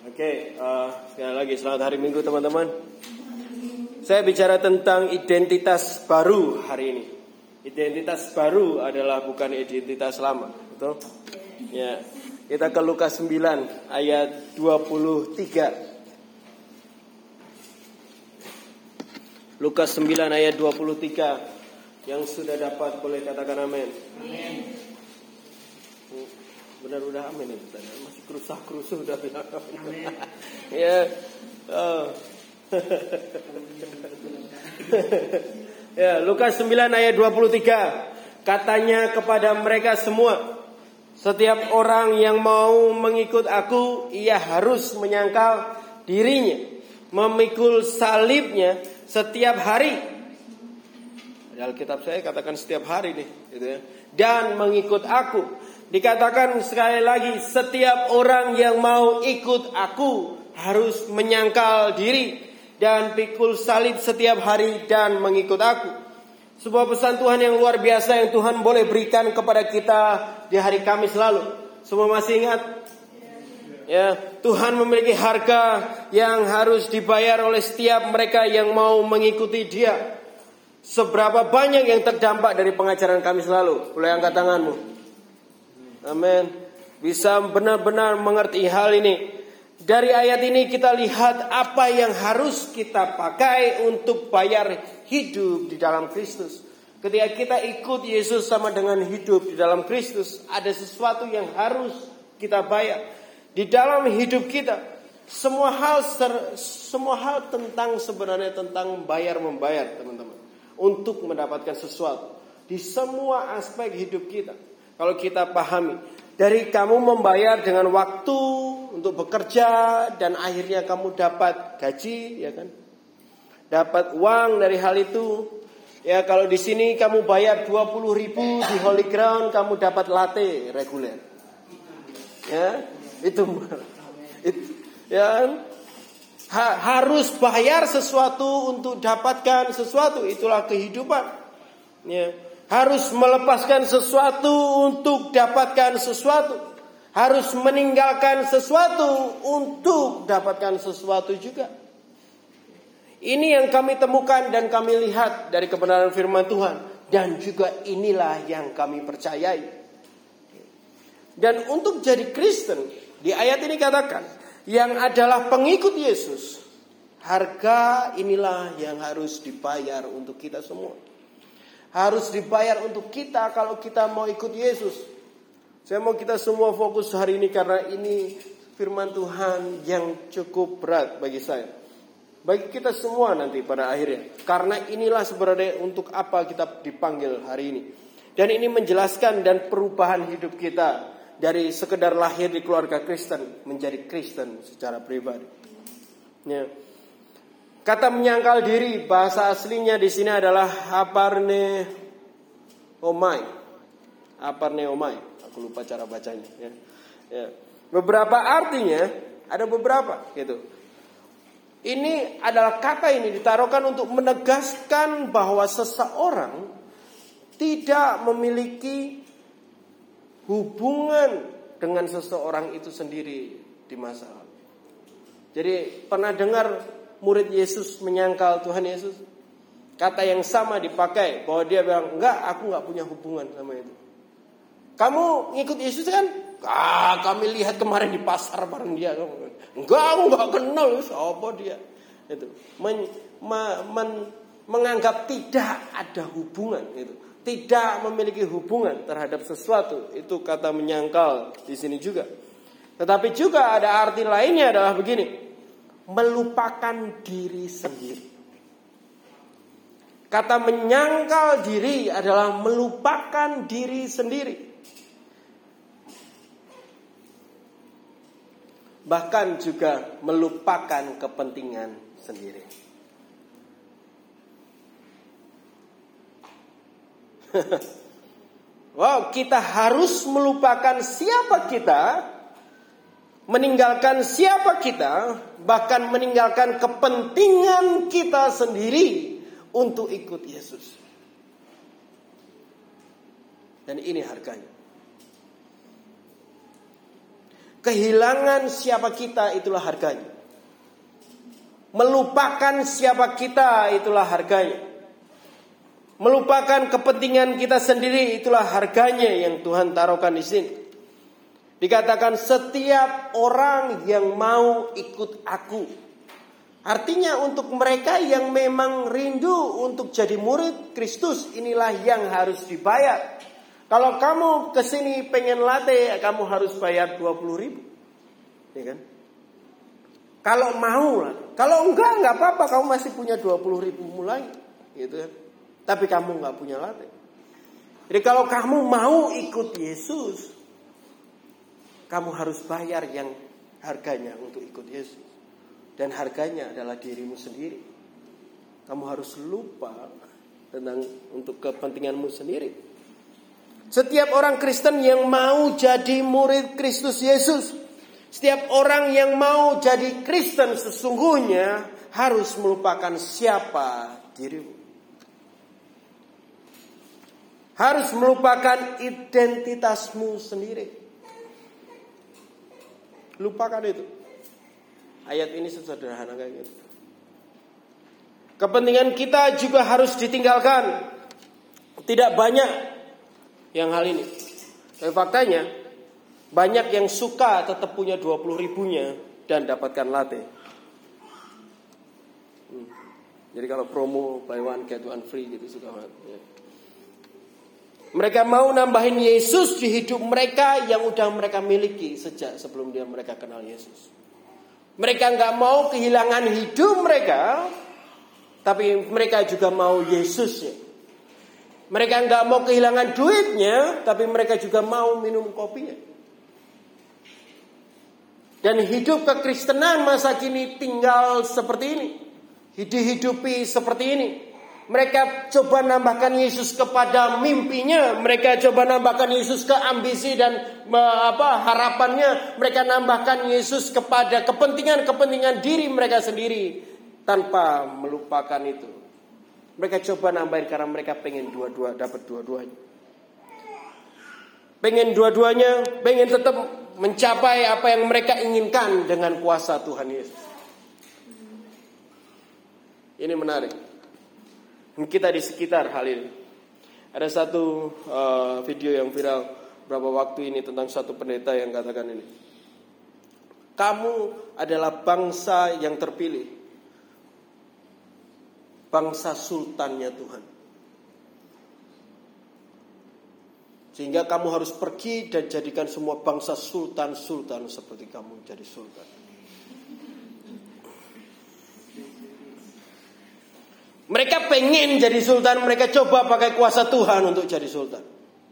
Oke, sekali lagi selamat hari Minggu teman-teman. Saya bicara tentang identitas baru hari ini. Identitas baru adalah bukan identitas lama, betul? Ya. Kita ke Lukas 9 ayat 23. Lukas 9 ayat 23. Yang sudah dapat boleh katakan amin. Amin. Benar udah amin itu tadi. Masih kerusah-kerusuh udah bilang amin. Ya. Oh. Ya, Lukas 9 ayat 23. Katanya kepada mereka semua, setiap orang yang mau mengikut aku, ia harus menyangkal dirinya, memikul salibnya setiap hari. Di Alkitab saya katakan setiap hari nih, gitu ya. Dan mengikut aku. Dikatakan sekali lagi, setiap orang yang mau ikut aku harus menyangkal diri dan pikul salib setiap hari dan mengikut aku. Sebuah pesan Tuhan yang luar biasa yang Tuhan boleh berikan kepada kita di hari Kamis lalu. Semua masih ingat? Ya, Tuhan memiliki harga yang harus dibayar oleh setiap mereka yang mau mengikuti Dia. Seberapa banyak yang terdampak dari pengajaran Kamis lalu? Boleh angkat tanganmu. Amin. Bisa benar-benar mengerti hal ini. Dari ayat ini kita lihat apa yang harus kita pakai untuk bayar hidup di dalam Kristus. Ketika kita ikut Yesus sama dengan hidup di dalam Kristus, ada sesuatu yang harus kita bayar. Di dalam hidup kita, semua hal tentang sebenarnya tentang bayar-membayar, teman-teman. Untuk mendapatkan sesuatu di semua aspek hidup kita. Kalau kita pahami, dari kamu membayar dengan waktu untuk bekerja dan akhirnya kamu dapat gaji, ya kan? Dapat uang dari hal itu. Ya, kalau di sini kamu bayar 20.000 di Holy Ground, kamu dapat latte reguler. Ya, itu ya. Harus bayar sesuatu untuk dapatkan sesuatu. Itulah kehidupan. Ya. Harus melepaskan sesuatu untuk dapatkan sesuatu. Harus meninggalkan sesuatu untuk dapatkan sesuatu juga. Ini yang kami temukan dan kami lihat dari kebenaran firman Tuhan. Dan juga inilah yang kami percayai. Dan untuk jadi Kristen, di ayat ini katakan, yang adalah pengikut Yesus, harga inilah yang harus dibayar untuk kita semua. Harus dibayar untuk kita kalau kita mau ikut Yesus. Saya mau kita semua fokus hari ini karena ini firman Tuhan yang cukup berat bagi saya. Bagi kita semua nanti pada akhirnya. Karena inilah sebenarnya untuk apa kita dipanggil hari ini. Dan ini menjelaskan dan perubahan hidup kita. Dari sekedar lahir di keluarga Kristen menjadi Kristen secara pribadi. Ya. Kata menyangkal diri bahasa aslinya di sini adalah aparneomai. Aparneomai. Aku lupa cara bacanya. Ya. Ya. Beberapa artinya ada beberapa gitu. Ini adalah kata ini ditaruhkan untuk menegaskan bahwa seseorang tidak memiliki hubungan dengan seseorang itu sendiri di masa lalu. Jadi pernah dengar murid Yesus menyangkal Tuhan Yesus? Kata yang sama dipakai bahwa dia bilang, enggak, aku enggak punya hubungan sama itu. Kamu ngikut Yesus kan? Kami lihat kemarin di pasar bareng dia. Enggak, aku enggak kenal siapa dia. Itu menganggap tidak ada hubungan itu. Tidak memiliki hubungan terhadap sesuatu. Itu kata menyangkal di sini juga. Tetapi juga ada arti lainnya adalah begini. Melupakan diri sendiri. Kata menyangkal diri adalah melupakan diri sendiri. Bahkan juga melupakan kepentingan sendiri. Wow, kita harus melupakan siapa kita, meninggalkan siapa kita, bahkan meninggalkan kepentingan kita sendiri untuk ikut Yesus. Dan ini harganya. Kehilangan siapa kita itulah harganya. Melupakan siapa kita itulah harganya. Melupakan kepentingan kita sendiri itulah harganya yang Tuhan taruhkan di sini. Dikatakan setiap orang yang mau ikut aku. Artinya untuk mereka yang memang rindu untuk jadi murid Kristus, inilah yang harus dibayar. Kalau kamu kesini pengen latte, kamu harus bayar 20.000, ya kan? Kalau mau lah, kalau enggak apa-apa, kamu masih punya 20.000 mulai, gitu kan? Tapi kamu enggak punya latte. Jadi kalau kamu mau ikut Yesus, kamu harus bayar yang harganya untuk ikut Yesus, dan harganya adalah dirimu sendiri. Kamu harus lupa tentang untuk kepentinganmu sendiri. Setiap orang Kristen yang mau jadi murid Kristus Yesus, setiap orang yang mau jadi Kristen sesungguhnya harus melupakan siapa dirimu. Harus melupakan identitasmu sendiri. Lupakan itu. Ayat ini sederhana kayak gitu. Kepentingan kita juga harus ditinggalkan. Tidak banyak yang hal ini. Tapi faktanya banyak yang suka tetap punya 20.000-nya dan dapatkan latte. Jadi kalau promo buy one get one free gitu suka banget. Ya. Mereka mau nambahin Yesus di hidup mereka yang udah mereka miliki sejak sebelum mereka kenal Yesus. Mereka nggak mau kehilangan hidup mereka, tapi mereka juga mau Yesusnya. Mereka nggak mau kehilangan duitnya, tapi mereka juga mau minum kopinya. Dan hidup kekristenan masa kini tinggal seperti ini, dihidupi seperti ini. Mereka coba nambahkan Yesus kepada mimpinya, mereka coba nambahkan Yesus ke ambisi dan harapannya. Mereka nambahkan Yesus kepada kepentingan diri mereka sendiri tanpa melupakan itu. Mereka coba nambahin karena mereka pengen dapat dua-duanya. Pengen dua-duanya, pengen tetap mencapai apa yang mereka inginkan dengan kuasa Tuhan Yesus. Ini menarik. Kita di sekitar hal ini. Ada satu video yang viral beberapa waktu ini tentang satu pendeta yang katakan ini. Kamu adalah bangsa yang terpilih. Bangsa sultannya Tuhan. Sehingga kamu harus pergi dan jadikan semua bangsa sultan-sultan seperti kamu jadi sultan. Mereka pengen jadi sultan, mereka coba pakai kuasa Tuhan untuk jadi sultan.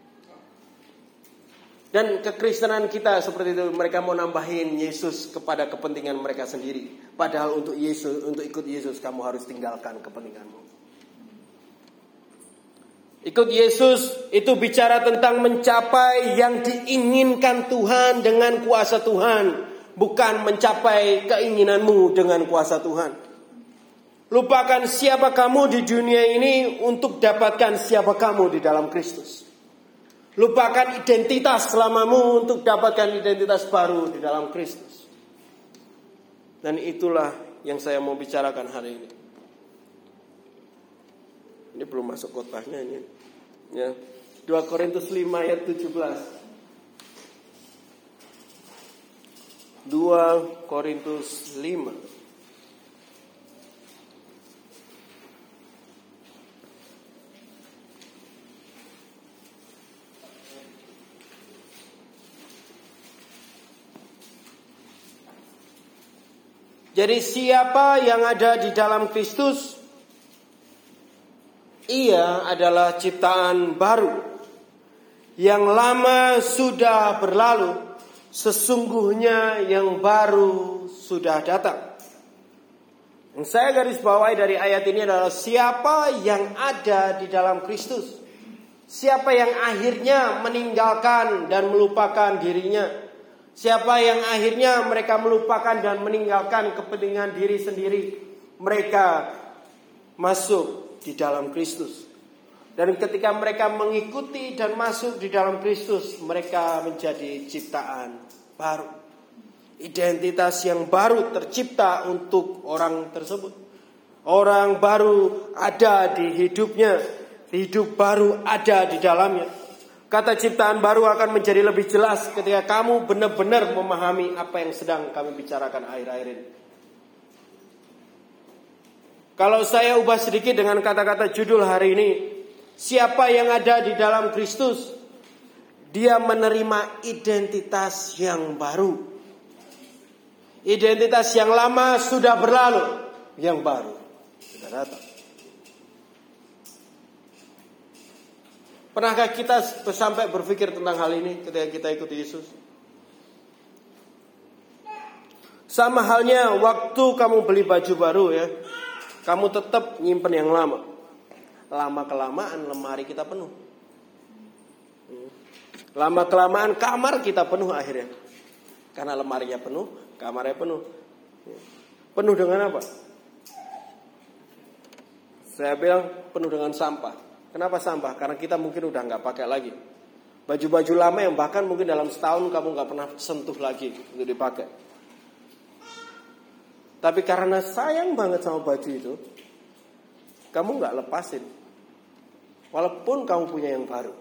Dan kekristenan kita seperti itu, mereka mau nambahin Yesus kepada kepentingan mereka sendiri. Padahal untuk ikut Yesus kamu harus tinggalkan kepentinganmu. Ikut Yesus itu bicara tentang mencapai yang diinginkan Tuhan dengan kuasa Tuhan, bukan mencapai keinginanmu dengan kuasa Tuhan. Lupakan siapa kamu di dunia ini untuk dapatkan siapa kamu di dalam Kristus. Lupakan identitas selamamu untuk dapatkan identitas baru di dalam Kristus. Dan itulah yang saya mau bicarakan hari ini. Ini belum masuk khotbahnya ini. Ya. 2 Korintus 5 ayat 17. 2 Korintus 5. Jadi siapa yang ada di dalam Kristus, ia adalah ciptaan baru. Yang lama sudah berlalu, sesungguhnya yang baru sudah datang. Yang saya garis bawahi dari ayat ini adalah siapa yang ada di dalam Kristus. Siapa yang akhirnya meninggalkan dan melupakan dirinya. Siapa yang akhirnya mereka melupakan dan meninggalkan kepentingan diri sendiri. Mereka masuk di dalam Kristus. Dan ketika mereka mengikuti dan masuk di dalam Kristus, mereka menjadi ciptaan baru. Identitas yang baru tercipta untuk orang tersebut. Orang baru ada di hidupnya. Hidup baru ada di dalamnya. Kata ciptaan baru akan menjadi lebih jelas ketika kamu benar-benar memahami apa yang sedang kami bicarakan akhir-akhir ini. Kalau saya ubah sedikit dengan kata-kata judul hari ini, siapa yang ada di dalam Kristus? Dia menerima identitas yang baru. Identitas yang lama sudah berlalu, yang baru sudah datang. Pernahkah kita sampai berpikir tentang hal ini ketika kita ikut Yesus? Sama halnya waktu kamu beli baju baru ya, kamu tetap nyimpen yang lama. Lama-kelamaan lemari kita penuh. Lama-kelamaan kamar kita penuh akhirnya. Karena lemarinya penuh, kamarnya penuh. Penuh dengan apa? Saya bilang penuh dengan sampah. Kenapa sampah? Karena kita mungkin udah gak pakai lagi. Baju-baju lama yang bahkan mungkin dalam setahun kamu gak pernah sentuh lagi untuk dipakai. Tapi karena sayang banget sama baju itu, kamu gak lepasin. Walaupun kamu punya yang baru.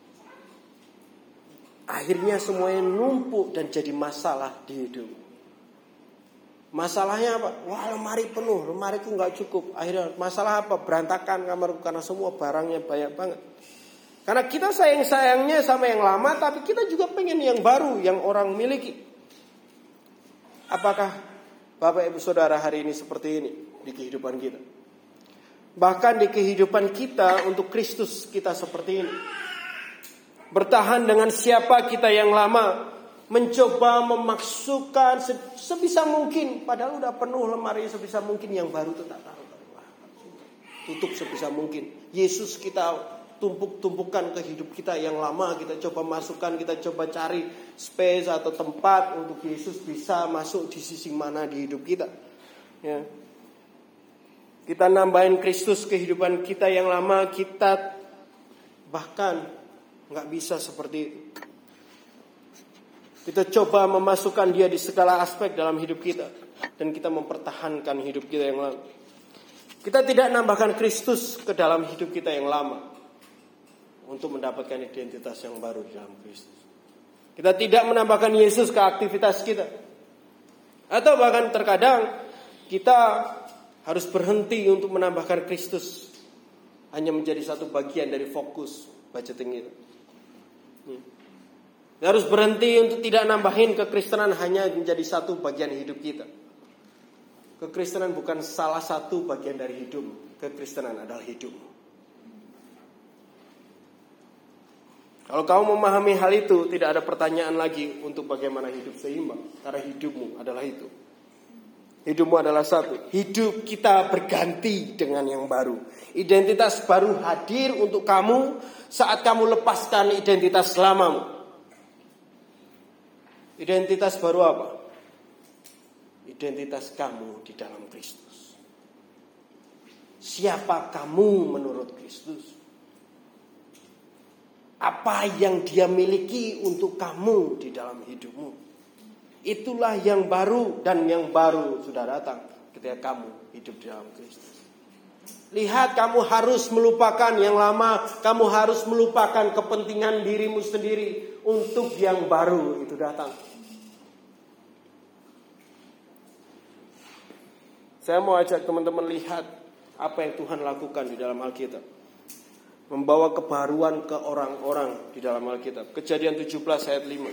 Akhirnya semuanya numpuk dan jadi masalah di hidup. Masalahnya apa? Wah, lemari penuh, lemariku gak cukup. Akhirnya masalah apa? Berantakan kamarku karena semua barangnya banyak banget. Karena kita sayang-sayangnya sama yang lama, tapi kita juga pengen yang baru, yang orang miliki. Apakah Bapak Ibu Saudara hari ini seperti ini di kehidupan kita? Bahkan di kehidupan kita untuk Kristus kita seperti ini. Bertahan dengan siapa kita yang lama, mencoba memasukkan sebisa mungkin, padahal udah penuh lemari, sebisa mungkin yang baru itu tak taruh. Tutup sebisa mungkin. Yesus kita tumpuk-tumpukan ke hidup kita yang lama, kita coba masukkan, kita coba cari space atau tempat untuk Yesus bisa masuk di sisi mana di hidup kita. Ya. Kita nambahin Kristus kehidupan kita yang lama, kita bahkan nggak bisa seperti itu. Kita coba memasukkan dia di segala aspek dalam hidup kita. Dan kita mempertahankan hidup kita yang lama. Kita tidak nambahkan Kristus ke dalam hidup kita yang lama. Untuk mendapatkan identitas yang baru di dalam Kristus. Kita tidak menambahkan Yesus ke aktivitas kita. Atau bahkan terkadang kita harus berhenti untuk menambahkan Kristus. Hanya menjadi satu bagian dari fokus budgeting itu. Harus berhenti untuk tidak nambahin kekristenan hanya menjadi satu bagian hidup kita. Kekristenan bukan salah satu bagian dari hidup. Kekristenan adalah hidup. Kalau kamu memahami hal itu, tidak ada pertanyaan lagi untuk bagaimana hidup seimbang. Karena hidupmu adalah itu. Hidupmu adalah satu. Hidup kita berganti dengan yang baru. Identitas baru hadir untuk kamu saat kamu lepaskan identitas lamamu. Identitas baru apa? Identitas kamu di dalam Kristus. Siapa kamu menurut Kristus? Apa yang dia miliki untuk kamu di dalam hidupmu? Itulah yang baru, dan yang baru sudah datang ketika kamu hidup di dalam Kristus. Lihat, kamu harus melupakan yang lama, kamu harus melupakan kepentingan dirimu sendiri untuk yang baru itu datang. Saya mau ajak teman-teman lihat apa yang Tuhan lakukan di dalam Alkitab. Membawa kebaruan ke orang-orang di dalam Alkitab. Kejadian 17 ayat 5.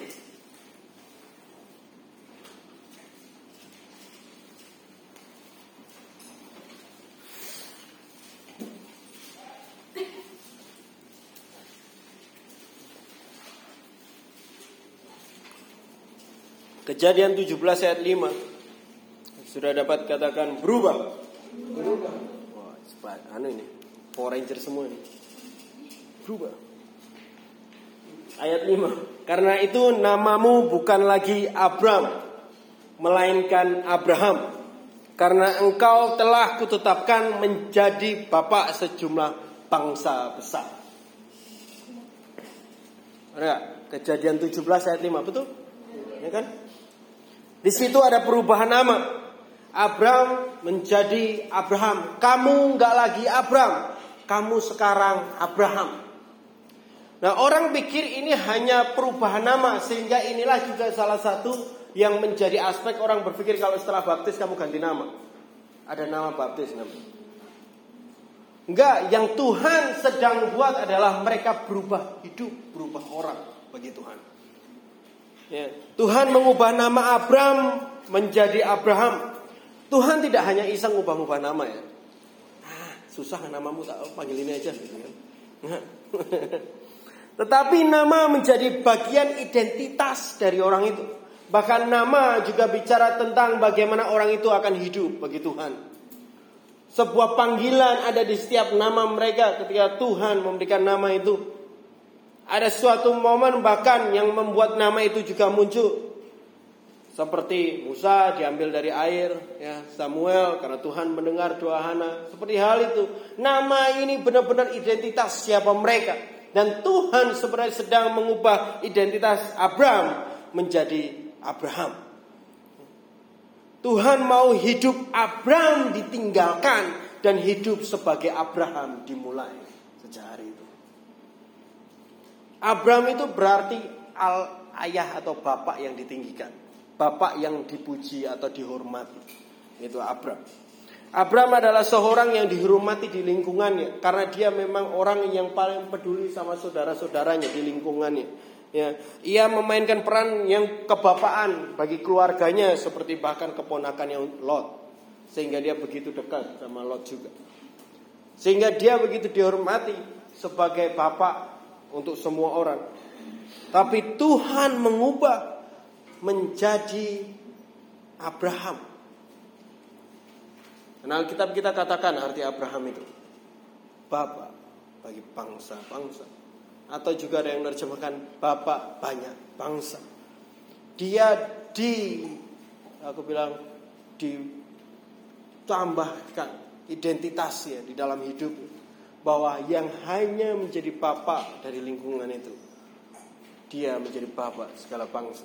Kejadian 17 ayat 5. Sudah dapat katakan berubah. Wah, ini Power Ranger semua ini. Berubah. Ayat 5. Karena itu namamu bukan lagi Abram, melainkan Abraham. Karena engkau telah kutetapkan menjadi bapak sejumlah bangsa besar. Ada Kejadian 17 ayat 5, betul? Ya kan? Di situ ada perubahan nama. Abram menjadi Abraham. Kamu nggak lagi Abram, kamu sekarang Abraham. Nah, orang pikir ini hanya perubahan nama, sehingga inilah juga salah satu yang menjadi aspek orang berpikir kalau setelah baptis kamu ganti nama. Ada nama baptis namanya. Enggak, yang Tuhan sedang buat adalah mereka berubah hidup, berubah orang bagi Tuhan. Ya, Tuhan mengubah nama Abram menjadi Abraham. Tuhan tidak hanya iseng ubah-ubah nama ya. Susah namamu, tak panggil ini aja gitu kan. Tetapi nama menjadi bagian identitas dari orang itu. Bahkan nama juga bicara tentang bagaimana orang itu akan hidup bagi Tuhan. Sebuah panggilan ada di setiap nama mereka ketika Tuhan memberikan nama itu. Ada suatu momen bahkan yang membuat nama itu juga muncul. Seperti Musa diambil dari air, ya, Samuel karena Tuhan mendengar doa Hana. Seperti hal itu. Nama ini benar-benar identitas siapa mereka. Dan Tuhan sebenarnya sedang mengubah identitas Abram menjadi Abraham. Tuhan mau hidup Abram ditinggalkan dan hidup sebagai Abraham dimulai sejak hari itu. Abram itu berarti ayah atau bapak yang ditinggikan, bapak yang dipuji atau dihormati. Itu Abram. Abram adalah seorang yang dihormati di lingkungannya karena dia memang orang yang paling peduli sama saudara-saudaranya di lingkungannya. Ya, ia memainkan peran yang kebapaan bagi keluarganya seperti bahkan keponakannya Lot, sehingga dia begitu dekat sama Lot juga. Sehingga dia begitu dihormati sebagai bapak untuk semua orang. Tapi Tuhan mengubah menjadi Abraham. Nah, Alkitab kita katakan arti Abraham itu Bapa bagi bangsa-bangsa. Atau juga ada yang menerjemahkan Bapa banyak bangsa. Dia ditambahkan identitasnya di dalam hidup, bahwa yang hanya menjadi Bapa dari lingkungan itu, dia menjadi Bapa segala bangsa.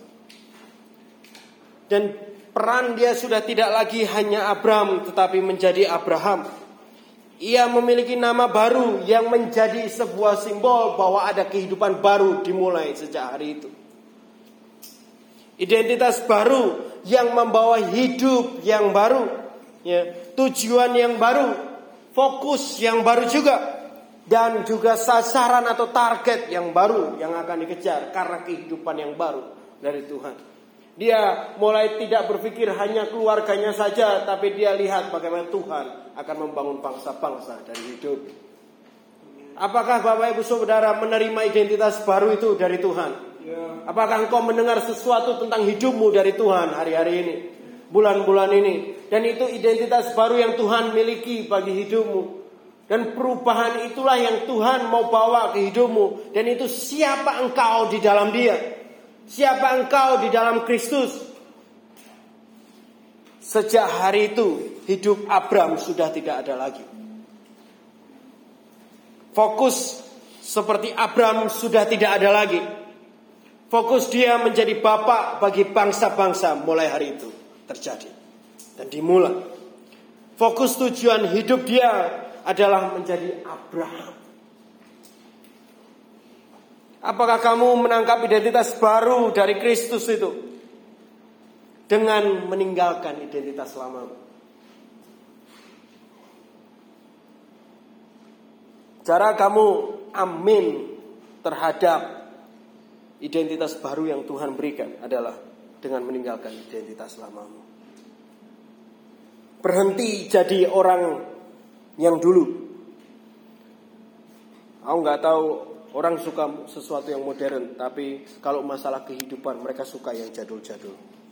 Dan peran dia sudah tidak lagi hanya Abram, tetapi menjadi Abraham. Ia memiliki nama baru yang menjadi sebuah simbol bahwa ada kehidupan baru dimulai sejak hari itu. Identitas baru yang membawa hidup yang baru, ya, tujuan yang baru, fokus yang baru juga, dan juga sasaran atau target yang baru yang akan dikejar karena kehidupan yang baru dari Tuhan. Dia mulai tidak berpikir hanya keluarganya saja, tapi dia lihat bagaimana Tuhan akan membangun bangsa-bangsa dari hidup. Apakah Bapak Ibu Saudara menerima identitas baru itu dari Tuhan? Apakah engkau mendengar sesuatu tentang hidupmu dari Tuhan hari-hari ini, bulan-bulan ini? Dan itu identitas baru yang Tuhan miliki bagi hidupmu. Dan perubahan itulah yang Tuhan mau bawa ke hidupmu. Dan itu siapa engkau di dalam Dia. Siapa engkau di dalam Kristus. Sejak hari itu hidup Abram sudah tidak ada lagi. Fokus seperti Abram sudah tidak ada lagi. Fokus dia menjadi bapak bagi bangsa-bangsa mulai hari itu terjadi dan dimulai. Fokus tujuan hidup dia adalah menjadi Abraham. Apakah kamu menangkap identitas baru dari Kristus itu dengan meninggalkan identitas lama? Cara kamu amin terhadap identitas baru yang Tuhan berikan adalah dengan meninggalkan identitas lamamu. Berhenti jadi orang yang dulu. Aku nggak tahu. Orang suka sesuatu yang modern, tapi kalau masalah kehidupan mereka suka yang jadul-jadul.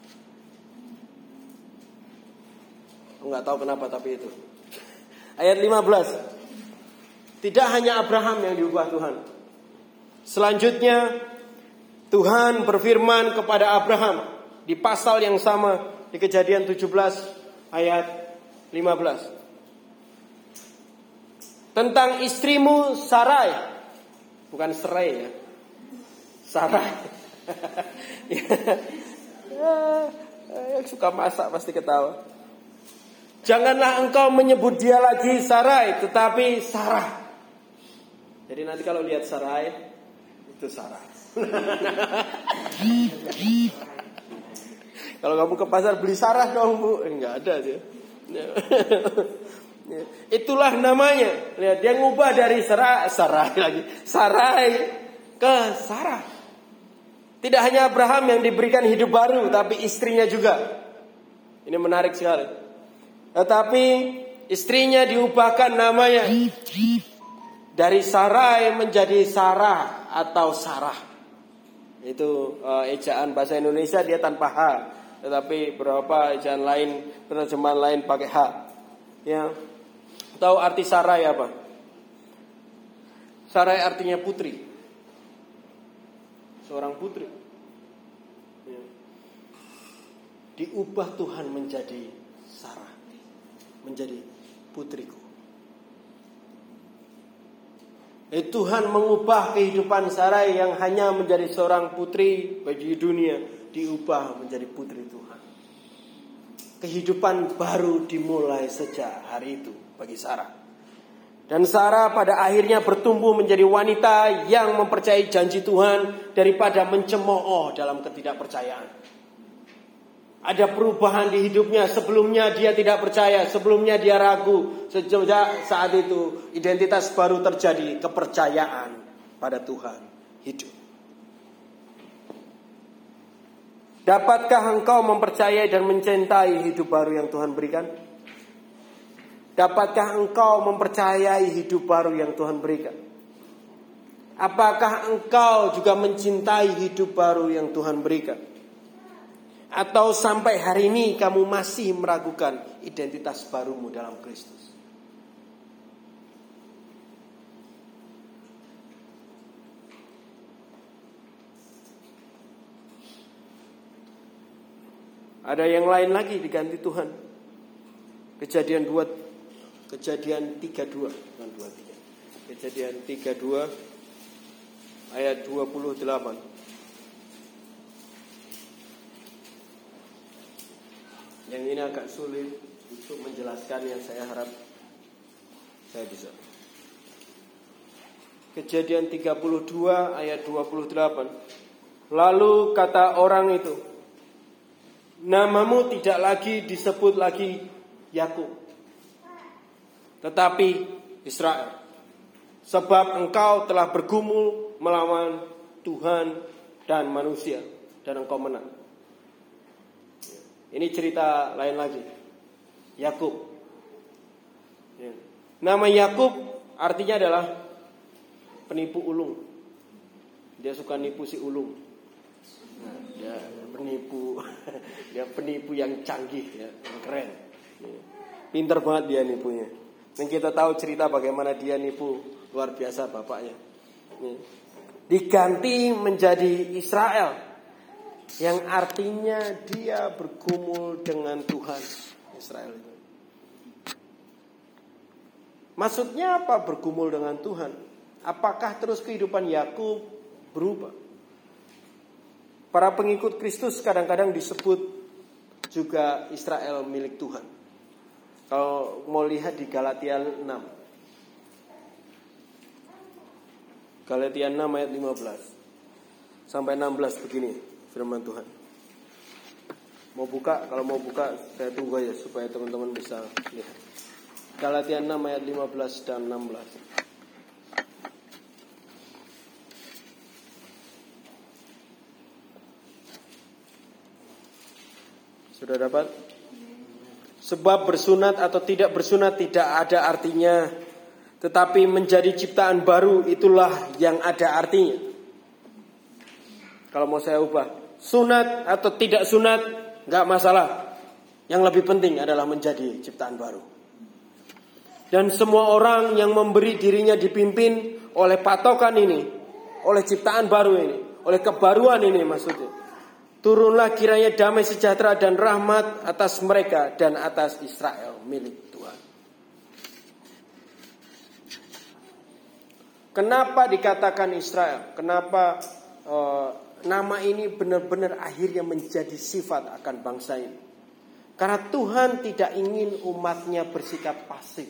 Enggak tahu kenapa tapi itu. Ayat 15. Tidak hanya Abraham yang diubah Tuhan. Selanjutnya Tuhan berfirman kepada Abraham di pasal yang sama di Kejadian 17 ayat 15. Tentang istrimu Sarai. Bukan Serai ya, Sarai. Yang suka masak pasti ketawa. Janganlah engkau menyebut dia lagi Sarai, tetapi Sarah. Jadi nanti kalau lihat Sarai, itu Sarah. Kalau kamu ke pasar beli Sarah dong bu, enggak ada dia. Itulah namanya. Lihat dia ngubah dari Sarai ke Sarah. Tidak hanya Abraham yang diberikan hidup baru, tapi istrinya juga. Ini menarik sekali. Tetapi istrinya diubahkan namanya dari Sarai menjadi Sarah atau Sarah. Itu ejaan bahasa Indonesia dia tanpa H, tetapi beberapa ejaan lain, penerjemahan lain pakai H. Ya. Tahu arti Sarai apa? Sarai artinya putri. Seorang putri. Ya. Diubah Tuhan menjadi Sarah, menjadi putriku. Tuhan mengubah kehidupan Sarai yang hanya menjadi seorang putri bagi dunia, diubah menjadi putri Tuhan. Kehidupan baru dimulai sejak hari itu bagi Sarah. Dan Sarah pada akhirnya bertumbuh menjadi wanita yang mempercayai janji Tuhan daripada mencemooh dalam ketidakpercayaan. Ada perubahan di hidupnya. Sebelumnya dia tidak percaya, sebelumnya dia ragu. Sejak saat itu identitas baru terjadi, kepercayaan pada Tuhan hidup. Dapatkah engkau mempercayai dan mencintai hidup baru yang Tuhan berikan? Dapatkah engkau mempercayai hidup baru yang Tuhan berikan? Apakah engkau juga mencintai hidup baru yang Tuhan berikan? Atau sampai hari ini kamu masih meragukan identitas barumu dalam Kristus? Ada yang lain lagi diganti Tuhan. Kejadian 32, bukan 23. Kejadian 32 ayat 28. Yang ini agak sulit untuk menjelaskan, yang saya harap saya bisa. Kejadian 32 ayat 28. Lalu kata orang itu, namamu tidak lagi disebut lagi Yakub, tetapi Israel. Sebab engkau telah bergumul melawan Tuhan dan manusia, dan engkau menang. Ini cerita lain lagi. Yakub. Nama Yakub artinya adalah penipu ulung. Dia suka nipu si ulung. Dia penipu. Dia penipu yang canggih, ya, yang keren. Pinter banget dia nipunya. Dan kita tahu cerita bagaimana dia nipu luar biasa bapaknya. Diganti menjadi Israel, yang artinya dia bergumul dengan Tuhan. Israel itu. Maksudnya apa bergumul dengan Tuhan? Apakah terus kehidupan Yakub berubah? Para pengikut Kristus kadang-kadang disebut juga Israel milik Tuhan. Kalau mau lihat di Galatia 6. Galatia 6 ayat 15 sampai 16 begini firman Tuhan. Mau buka? Kalau mau buka saya tunggu aja supaya teman-teman bisa lihat. Galatia 6 ayat 15 dan 16. Sudah dapat? Sebab bersunat atau tidak bersunat tidak ada artinya, tetapi menjadi ciptaan baru itulah yang ada artinya. Kalau mau saya ubah, sunat atau tidak sunat enggak masalah. Yang lebih penting adalah menjadi ciptaan baru. Dan semua orang yang memberi dirinya dipimpin oleh patokan ini, oleh ciptaan baru ini, oleh kebaruan ini maksudnya, turunlah kiranya damai sejahtera dan rahmat atas mereka dan atas Israel milik Tuhan. Kenapa dikatakan Israel? Kenapa nama ini benar-benar akhirnya menjadi sifat akan bangsa ini. Karena Tuhan tidak ingin umatnya bersikap pasif.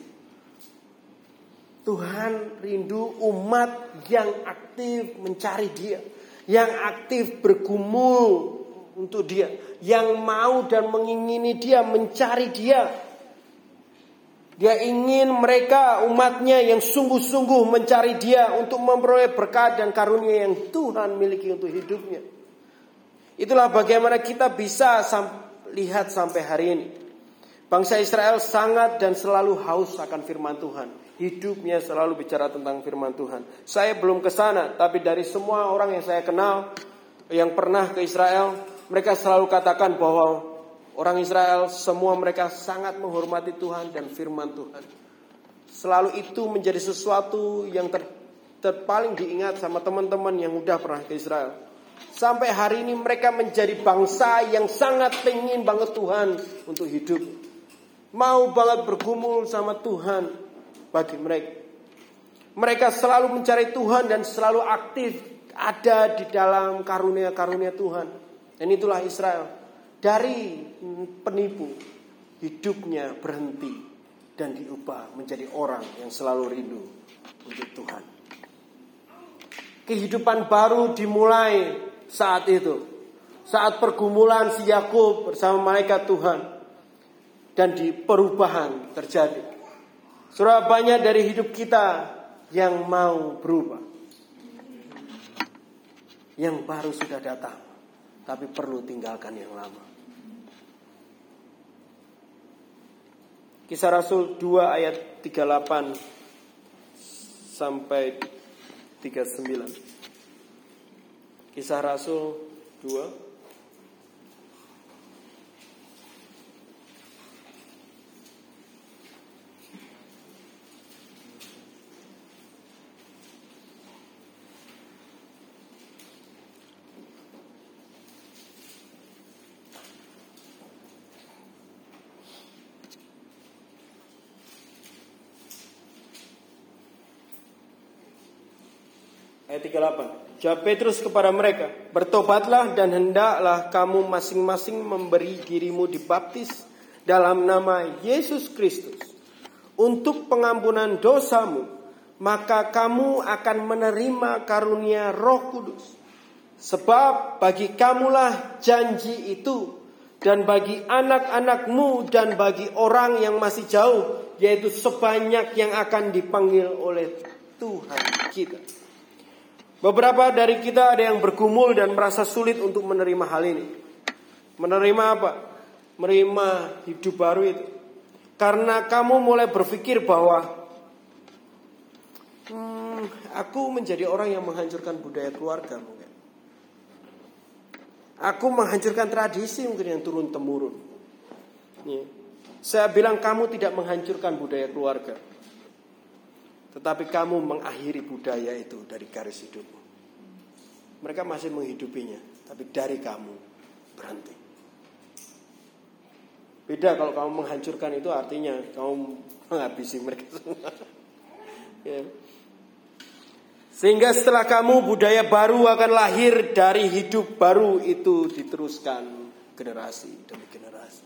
Tuhan rindu umat yang aktif mencari Dia, yang aktif bergumul untuk Dia, yang mau dan mengingini Dia, mencari Dia. Dia ingin mereka, umatnya yang sungguh-sungguh mencari Dia untuk memperoleh berkat dan karunia yang Tuhan miliki untuk hidupnya. Itulah bagaimana kita bisa lihat sampai hari ini. Bangsa Israel sangat dan selalu haus akan firman Tuhan. Hidupnya selalu bicara tentang firman Tuhan. Saya belum ke sana, tapi dari semua orang yang saya kenal yang pernah ke Israel, mereka selalu katakan bahwa orang Israel semua mereka sangat menghormati Tuhan dan firman Tuhan. Selalu itu menjadi sesuatu yang paling diingat sama teman-teman yang udah pernah ke Israel. Sampai hari ini mereka menjadi bangsa yang sangat pengen banget Tuhan untuk hidup. Mau banget bergumul sama Tuhan bagi mereka. Mereka selalu mencari Tuhan dan selalu aktif ada di dalam karunia-karunia Tuhan. Dan itulah Israel. Dari penipu, hidupnya berhenti dan diubah menjadi orang yang selalu rindu untuk Tuhan. Kehidupan baru dimulai saat itu. Saat pergumulan si Yakub bersama malaikat Tuhan. Dan di perubahan terjadi. Saudara, banyak dari hidup kita yang mau berubah. Yang baru sudah datang, tapi perlu tinggalkan yang lama. Kisah Rasul 2 ayat 38 sampai 39. Kisah Rasul 2 ayat 38. Jawab Petrus kepada mereka, bertobatlah dan hendaklah kamu masing-masing memberi dirimu dibaptis dalam nama Yesus Kristus untuk pengampunan dosamu, maka kamu akan menerima karunia Roh Kudus. Sebab bagi kamulah janji itu, dan bagi anak-anakmu dan bagi orang yang masih jauh, yaitu sebanyak yang akan dipanggil oleh Tuhan kita. Beberapa dari kita ada yang bergumul dan merasa sulit untuk menerima hal ini. Menerima apa? Menerima hidup baru itu. Karena kamu mulai berpikir bahwa aku menjadi orang yang menghancurkan budaya keluarga mungkin. Aku menghancurkan tradisi mungkin yang turun-temurun. Saya bilang kamu tidak menghancurkan budaya keluarga. Tetapi kamu mengakhiri budaya itu dari garis hidupmu. Mereka masih menghidupinya, tapi dari kamu berhenti. Beda kalau kamu menghancurkan, itu artinya kamu menghabisi mereka semua. Ya. Sehingga setelah kamu, budaya baru akan lahir dari hidup baru itu diteruskan generasi demi generasi.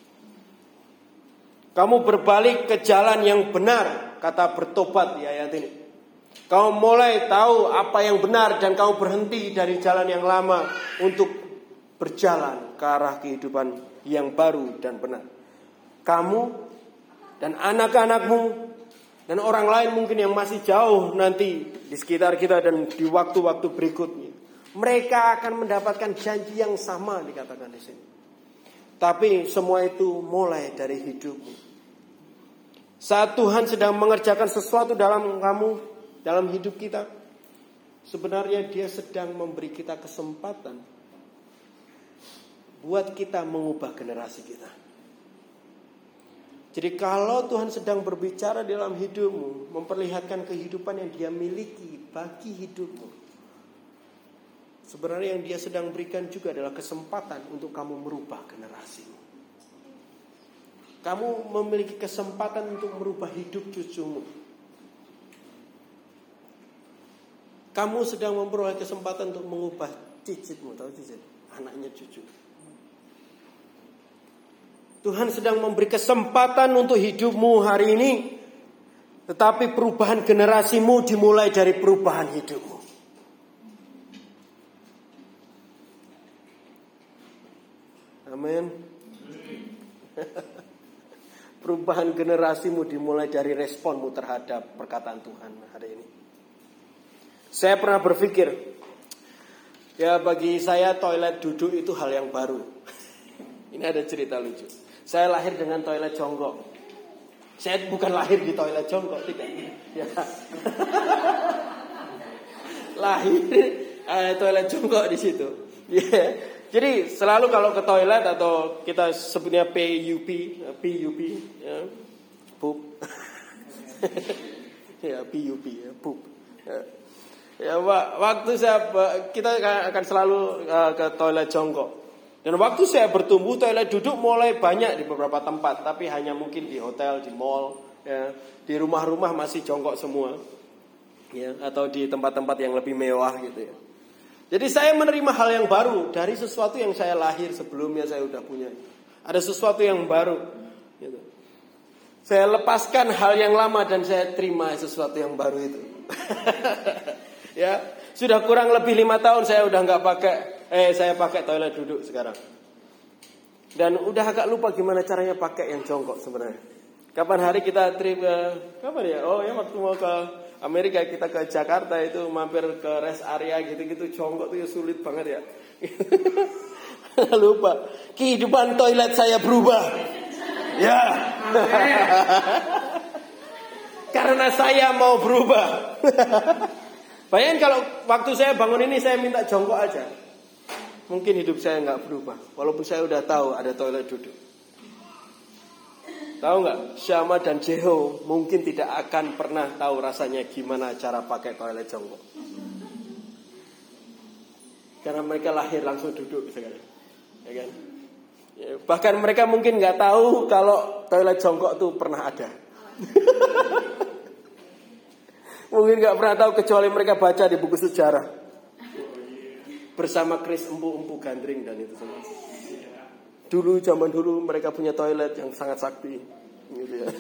Kamu berbalik ke jalan yang benar, kata bertobat di ayat ini. Kamu mulai tahu apa yang benar dan kamu berhenti dari jalan yang lama untuk berjalan ke arah kehidupan yang baru dan benar. Kamu dan anak-anakmu dan orang lain mungkin yang masih jauh nanti di sekitar kita dan di waktu-waktu berikutnya, mereka akan mendapatkan janji yang sama dikatakan di sini. Tapi semua itu mulai dari hidupmu. Saat Tuhan sedang mengerjakan sesuatu dalam kamu, dalam hidup kita, sebenarnya Dia sedang memberi kita kesempatan buat kita mengubah generasi kita. Jadi kalau Tuhan sedang berbicara dalam hidupmu, memperlihatkan kehidupan yang Dia miliki bagi hidupmu, sebenarnya yang Dia sedang berikan juga adalah kesempatan untuk kamu merubah generasimu. Kamu memiliki kesempatan untuk merubah hidup cucumu. Kamu sedang memperoleh kesempatan untuk mengubah Cicitmu, tahu cicit? Anaknya cucu. Tuhan sedang memberi kesempatan untuk hidupmu hari ini. Tetapi perubahan generasimu dimulai dari perubahan hidupmu. Amin. Perubahan generasimu dimulai dari responmu terhadap perkataan Tuhan hari ini. Saya pernah berpikir, ya bagi saya toilet duduk itu hal yang baru. Ini ada cerita lucu. Saya lahir dengan toilet jongkok. Saya bukan lahir di toilet jongkok, tidak. Ya. Lahir toilet jongkok di situ. Ya. Jadi selalu kalau ke toilet atau kita sebutnya PUP, ya, pup. Ya PUP, ya, pup. Ya, waktu kita akan selalu ke toilet jongkok. Dan waktu saya bertumbuh, toilet duduk mulai banyak di beberapa tempat, tapi hanya mungkin di hotel, di mall, ya, di rumah-rumah masih jongkok semua, ya, atau di tempat-tempat yang lebih mewah gitu ya. Jadi saya menerima hal yang baru dari sesuatu yang saya lahir sebelumnya saya udah punya. Ada sesuatu yang baru, gitu. Saya lepaskan hal yang lama dan saya terima sesuatu yang baru itu. Ya, sudah kurang lebih 5 tahun saya udah nggak pakai. Saya pakai toilet duduk sekarang. Dan udah agak lupa gimana caranya pakai yang jongkok sebenarnya. Kapan hari kita trip kapan ya? Oh ya waktu mau ke Amerika kita ke Jakarta itu mampir ke rest area gitu-gitu jongkok tuh ya sulit banget ya. Lupa. Kehidupan toilet saya berubah. Ya. Karena saya mau berubah. Bayangin kalau waktu saya bangun ini saya minta jongkok aja. Mungkin hidup saya nggak berubah. Walaupun saya udah tahu ada toilet duduk. Tahu nggak? Syama dan Jeho mungkin tidak akan pernah tahu rasanya gimana cara pakai toilet jongkok. Karena mereka lahir langsung duduk sekali. Ya kan? Ya, bahkan mereka mungkin nggak tahu kalau toilet jongkok itu pernah ada. Mungkin nggak pernah tahu kecuali mereka baca di buku sejarah. Bersama Chris empu-empu gandring dan itu semua. Dulu zaman dulu mereka punya toilet yang sangat sakti, gitu ya.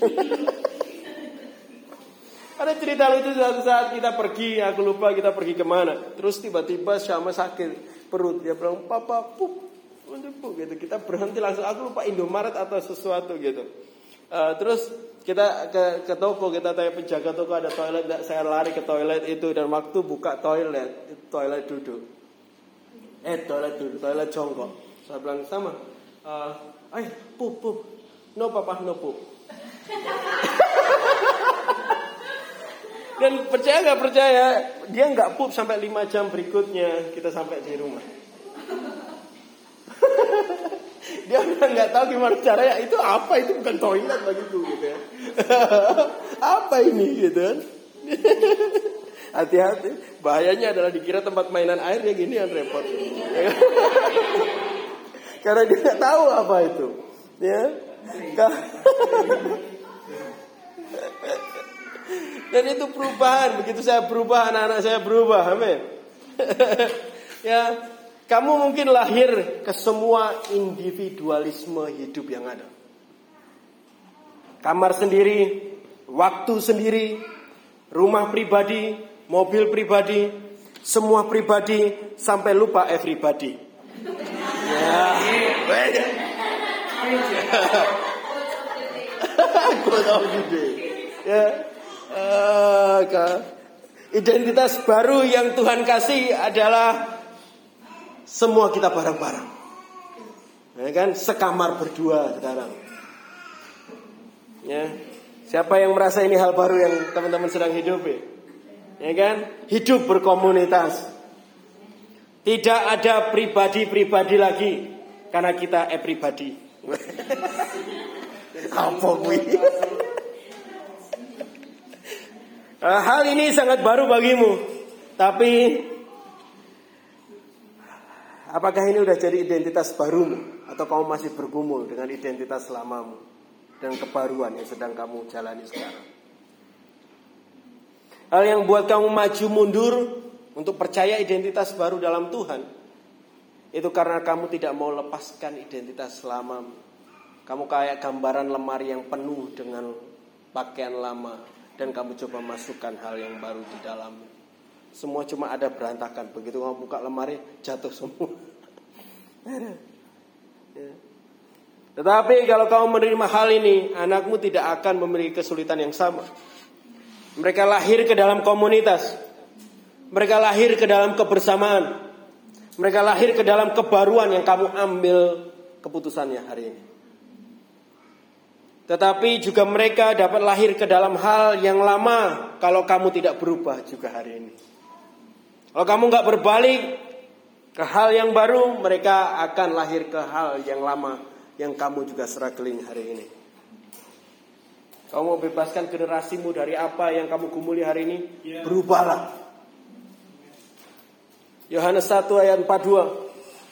Ada cerita lucu suatu saat kita pergi, aku lupa kita pergi kemana. Terus tiba-tiba Syama sakit perut, dia bilang papa pup, gitu. Kita berhenti langsung, aku lupa Indomaret atau sesuatu gitu. Terus kita ke toko, kita tanya penjaga toko ada toilet nggak? Saya lari ke toilet itu dan waktu buka toilet, itu toilet duduk. Toilet duduk, toilet jongkok. Saya bilang sama, ayo pup, no papa no pup. Dan percaya nggak percaya, dia nggak pup sampai 5 jam berikutnya kita sampai di rumah. Dia udah nggak tahu gimana caranya. Itu apa? Itu bukan toilet bagiku gitu ya. Apa ini gitu kan? Hati-hati. Bahayanya adalah dikira tempat mainan air ya gini yang repot. Karena dia nggak tahu apa itu. Ya. Dan itu perubahan. Begitu saya berubah, anak-anak saya berubah. Amin. Ya. Kamu mungkin lahir ke semua individualisme hidup yang ada. Kamar sendiri, waktu sendiri, rumah pribadi, mobil pribadi, semua pribadi, sampai lupa everybody. Ya. Aku tahu gede. Ya. Identitas baru yang Tuhan kasih adalah semua kita bareng-bareng, ya kan? Sekamar berdua sekarang. Ya, siapa yang merasa ini hal baru yang teman-teman sedang hidupi? Ya kan? Hidup berkomunitas. Tidak ada pribadi-pribadi lagi, karena kita everybody. Apa gue? Hal ini sangat baru bagimu, tapi apakah ini udah jadi identitas barumu? Atau kamu masih bergumul dengan identitas lamamu dan kebaruan yang sedang kamu jalani sekarang? Hal yang buat kamu maju mundur untuk percaya identitas baru dalam Tuhan Itu karena kamu tidak mau lepaskan identitas lama. Kamu kayak gambaran lemari yang penuh dengan pakaian lama, dan kamu coba masukkan hal yang baru di dalam. Semua cuma ada berantakan. Begitu kamu buka lemari, jatuh semua. Tetapi kalau kamu menerima hal ini, anakmu tidak akan memiliki kesulitan yang sama. Mereka lahir ke dalam komunitas. Mereka lahir ke dalam kebersamaan. Mereka lahir ke dalam kebaruan yang kamu ambil keputusannya hari ini. Tetapi juga mereka dapat lahir ke dalam hal yang lama kalau kamu tidak berubah juga hari ini. Kalau kamu gak berbalik ke hal yang baru, mereka akan lahir ke hal yang lama yang kamu juga struggling hari ini. Kamu mau bebaskan generasimu dari apa yang kamu gumuli hari ini? Berubahlah. Yohanes 1 ayat 42.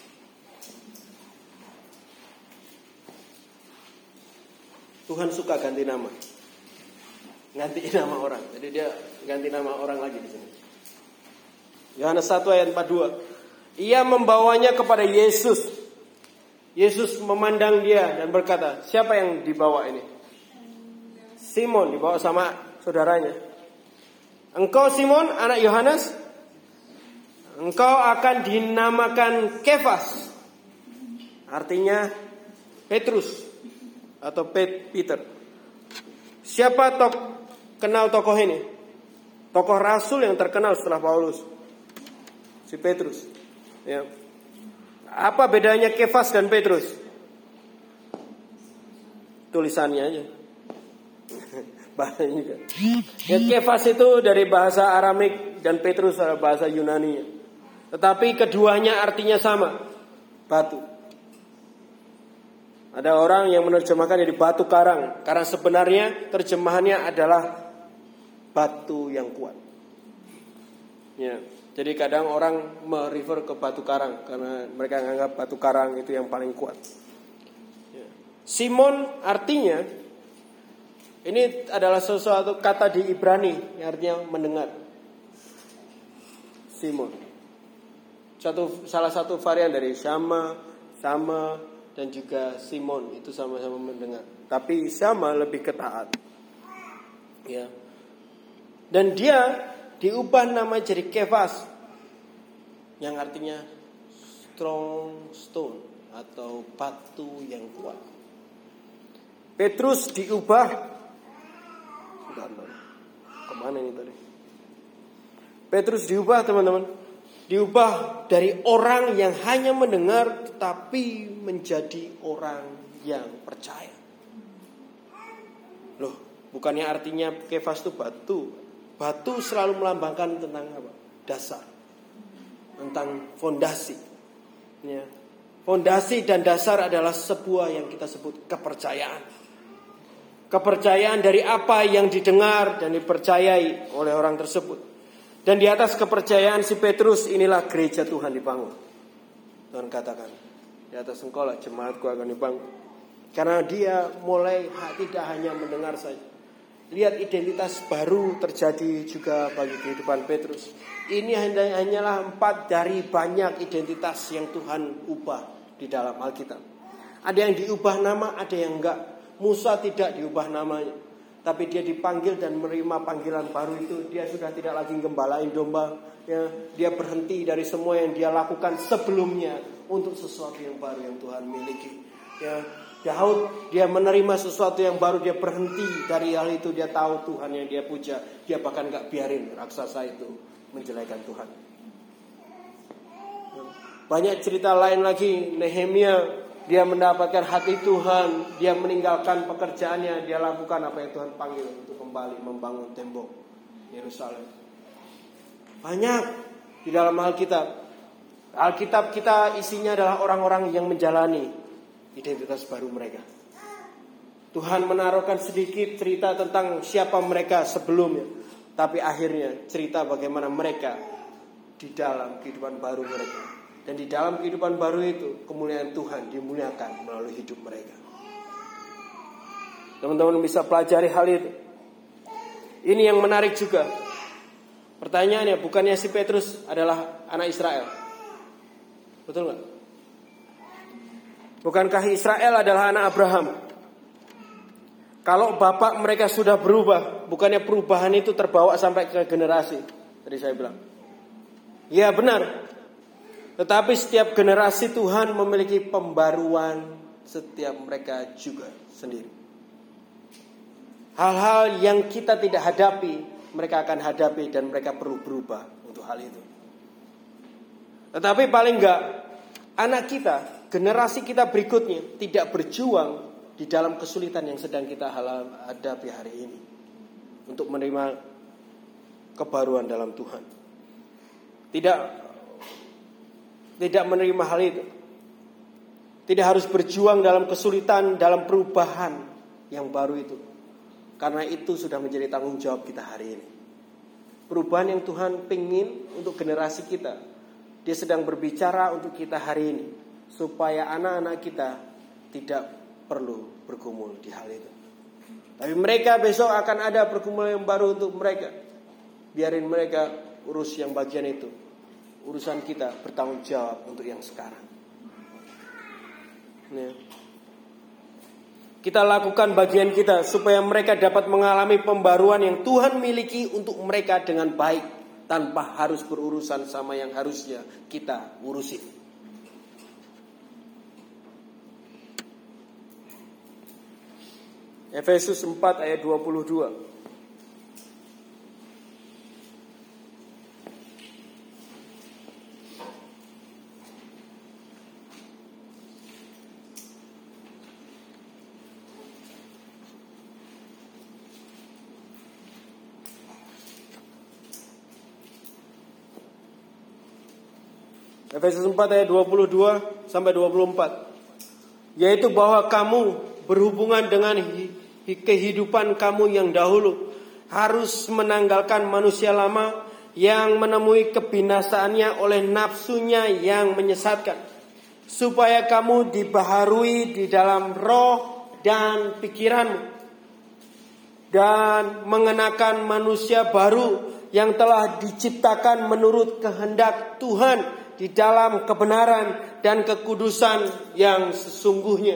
Tuhan suka ganti nama. Ganti nama orang. Jadi dia ganti nama orang lagi di sini. Yohanes 1 ayat 42. Ia membawanya kepada Yesus. Yesus memandang dia dan berkata, siapa yang dibawa ini? Simon, dibawa sama saudaranya. Engkau Simon, anak Yohanes, engkau akan dinamakan Kefas. Artinya Petrus atau Peter. Siapa kenal tokoh ini? Tokoh rasul yang terkenal setelah Paulus. Si Petrus. Ya. Apa bedanya Kefas dan Petrus? Tulisannya aja. Bahasanya juga. Ya, Kefas itu dari bahasa Aramik dan Petrus adalah bahasa Yunani. Tetapi keduanya artinya sama. Batu. Ada orang yang menerjemahkan jadi batu karang, karena sebenarnya terjemahannya adalah batu yang kuat. Ya, jadi kadang orang merefer ke batu karang karena mereka menganggap batu karang itu yang paling kuat. Ya. Simon artinya ini adalah sesuatu kata di Ibrani yang artinya mendengar. Simon. Salah satu varian dari sama dan juga Simon itu sama-sama mendengar. Tapi sama lebih ketaat. Ya. Dan dia diubah nama jadi Kefas, yang artinya strong stone atau batu yang kuat. Petrus diubah. Kemana ini tadi? Petrus diubah, teman-teman. Diubah dari orang yang hanya mendengar tetapi menjadi orang yang percaya. Loh, bukannya artinya Kefas itu batu. Batu selalu melambangkan tentang apa? Dasar. Tentang fondasi. Ya. Fondasi dan dasar adalah sebuah yang kita sebut kepercayaan. Kepercayaan dari apa yang didengar dan dipercayai oleh orang tersebut. Dan di atas kepercayaan si Petrus inilah gereja Tuhan dibangun. Tuhan katakan, di atas engkau lah jemaatku akan dibangun. Karena dia mulai tidak hanya mendengar saja. Lihat identitas baru terjadi juga bagi kehidupan Petrus. Ini hanyalah 4 dari banyak identitas yang Tuhan ubah di dalam Alkitab. Ada yang diubah nama, ada yang enggak. Musa tidak diubah namanya, tapi dia dipanggil dan menerima panggilan baru itu. Dia sudah tidak lagi gembalain domba, ya. Dia berhenti dari semua yang dia lakukan sebelumnya untuk sesuatu yang baru yang Tuhan miliki. Ya, Daud, dia menerima sesuatu yang baru, dia berhenti dari hal itu. Dia tahu Tuhan yang dia puja. Dia bahkan gak biarin raksasa itu menjelekan Tuhan. Banyak cerita lain lagi. Nehemia, dia mendapatkan hati Tuhan, dia meninggalkan pekerjaannya, dia lakukan apa yang Tuhan panggil untuk kembali membangun tembok Yerusalem. Banyak di dalam Alkitab. Alkitab kita isinya adalah orang-orang yang menjalani identitas baru mereka. Tuhan menaruhkan sedikit cerita tentang siapa mereka sebelumnya, tapi akhirnya cerita bagaimana mereka di dalam kehidupan baru mereka. Dan di dalam kehidupan baru itu kemuliaan Tuhan dimuliakan melalui hidup mereka. Teman-teman bisa pelajari hal itu. Ini yang menarik juga. Pertanyaannya, bukannya si Petrus adalah anak Israel? Betul gak? Bukankah Israel adalah anak Abraham? Kalau bapak mereka sudah berubah, bukannya perubahan itu terbawa sampai ke generasi? Tadi saya bilang. Ya benar. Tetapi setiap generasi Tuhan memiliki pembaruan setiap mereka juga sendiri. Hal-hal yang kita tidak hadapi, mereka akan hadapi dan mereka perlu berubah untuk hal itu. Tetapi paling enggak, anak kita, generasi kita berikutnya tidak berjuang di dalam kesulitan yang sedang kita hadapi hari ini untuk menerima kebaruan dalam Tuhan. Tidak menerima hal itu. Tidak harus berjuang dalam kesulitan, dalam perubahan yang baru itu. Karena itu sudah menjadi tanggung jawab kita hari ini. Perubahan yang Tuhan pingin untuk generasi kita, Dia sedang berbicara untuk kita hari ini, supaya anak-anak kita tidak perlu bergumul di hal itu. Tapi mereka besok akan ada pergumulan yang baru untuk mereka. Biarin mereka urus yang bagian itu. Urusan kita bertanggung jawab untuk yang sekarang. Ya. Kita lakukan bagian kita supaya mereka dapat mengalami pembaruan yang Tuhan miliki untuk mereka dengan baik, tanpa harus berurusan sama yang harusnya kita urusin. Efesus 4 ayat 22. Efesus 4 ayat 22 sampai 24. Yaitu bahwa kamu berhubungan dengan kehidupan kamu yang dahulu harus menanggalkan manusia lama yang menemui kebinasaannya oleh nafsunya yang menyesatkan, supaya kamu dibaharui di dalam roh dan pikiranmu, dan mengenakan manusia baru yang telah diciptakan menurut kehendak Tuhan di dalam kebenaran dan kekudusan yang sesungguhnya.